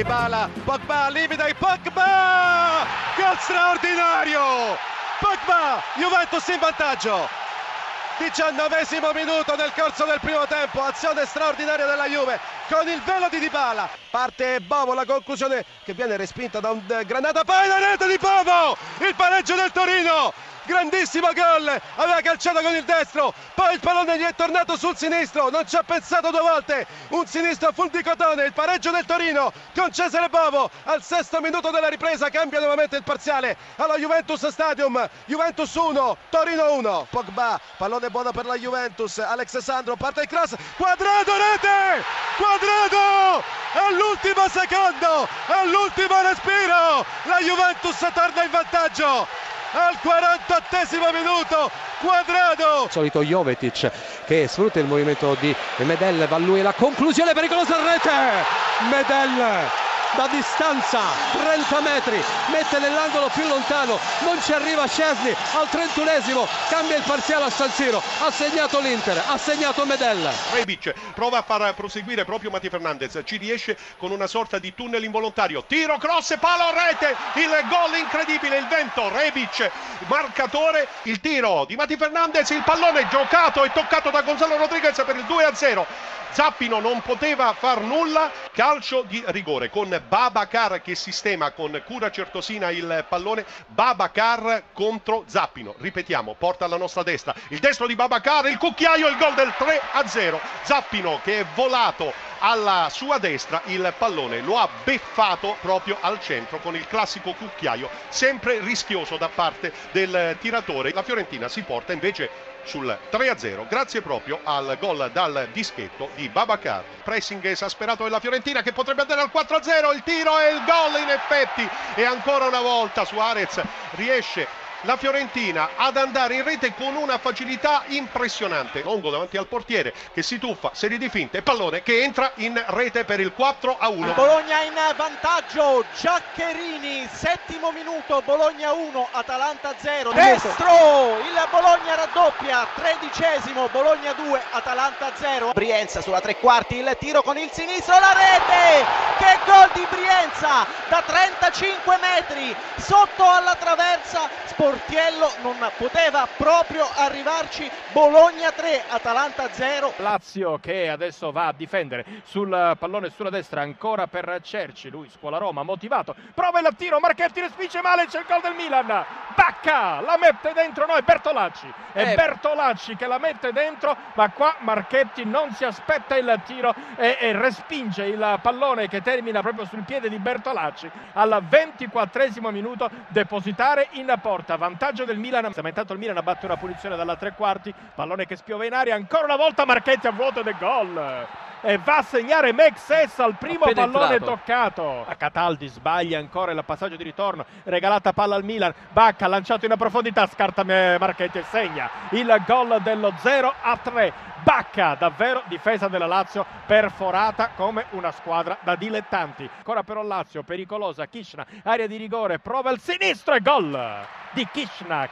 Dybala, Pogba, limita e Pogba! Gol straordinario! Pogba, Juventus in vantaggio. 19° minuto nel corso del primo tempo, azione straordinaria della Juve con il velo di Dybala. Parte Bovo, la conclusione che viene respinta da un Granata, poi la rete di Bovo, il pareggio del Torino. Grandissimo gol, aveva calciato con il destro, poi il pallone gli è tornato sul sinistro, non ci ha pensato due volte, un sinistro full di cotone, il pareggio del Torino con Cesare Bovo al 6° minuto della ripresa, cambia nuovamente il parziale alla Juventus Stadium. Juventus 1, Torino 1. Pogba, pallone buono per la Juventus, Alex Sandro, parte il cross, Quadrado, rete! Quadrado! All'ultimo secondo, all'ultimo respiro, la Juventus torna in vantaggio. Al 48° minuto, Quadrado. Solito Jovetic che sfrutta il movimento di Medel, va lui la conclusione pericolosa, rete! Medel da distanza 30 metri mette nell'angolo più lontano, non ci arriva Szczesny. Al 31° cambia il parziale a San Siro, ha segnato l'Inter, ha segnato Medel. Rebic prova a far proseguire proprio Mati Fernandez, ci riesce con una sorta di tunnel involontario, tiro, cross, palo, rete, il gol incredibile, il vento, Rebic, marcatore, il tiro di Mati Fernandez, il pallone giocato e toccato da Gonzalo Rodriguez per il 2-0. Zappino non poteva far nulla, calcio di rigore con Babacar che sistema con cura certosina il pallone. Babacar contro Zappino, ripetiamo, porta alla nostra destra, il destro di Babacar, il cucchiaio, il gol del 3-0. Zappino che è volato alla sua destra, il pallone lo ha beffato proprio al centro con il classico cucchiaio, sempre rischioso da parte del tiratore. La Fiorentina si porta invece sul 3-0 grazie proprio al gol dal dischetto di Babacar. Pressing esasperato della Fiorentina che potrebbe andare al 4-0, il tiro e il gol in effetti, e ancora una volta Suarez riesce la Fiorentina ad andare in rete con una facilità impressionante. Longo davanti al portiere che si tuffa, serie di finte, pallone che entra in rete per il 4-1. Bologna in vantaggio, Giaccherini, 7° minuto, Bologna 1, Atalanta 0. Destro, il Bologna raddoppia, 13°, Bologna 2, Atalanta 0. Brienza sulla tre quarti, il tiro con il sinistro, la rete! Che gol di Brienza da 35 metri, sotto alla traversa, Sportiello non poteva proprio arrivarci. Bologna 3, Atalanta 0. Lazio che adesso va a difendere sul pallone sulla destra, ancora per Cerci, lui scuola Roma, motivato, prova il tiro, Marchetti respinge male, c'è il gol del Milan, Bacca la mette dentro, no, è Bertolacci, è Bertolacci che la mette dentro, ma qua Marchetti non si aspetta il tiro e respinge il pallone che termina proprio sul piede di Bertolacci al 24° minuto, depositare in porta, vantaggio del Milan. Intanto il Milan abbatte una punizione dalla tre quarti, pallone che spiova in aria, ancora una volta Marchetti a vuoto del gol e va a segnare Mexes al primo pallone toccato. Cataldi sbaglia ancora il passaggio di ritorno, regalata palla al Milan, Bacca lanciato in profondità, scarta Marchetti e segna il gol dello 0-3. Bacca, davvero difesa della Lazio perforata come una squadra da dilettanti. Ancora però Lazio, pericolosa, Kishna, area di rigore, prova il sinistro e gol di Kishna.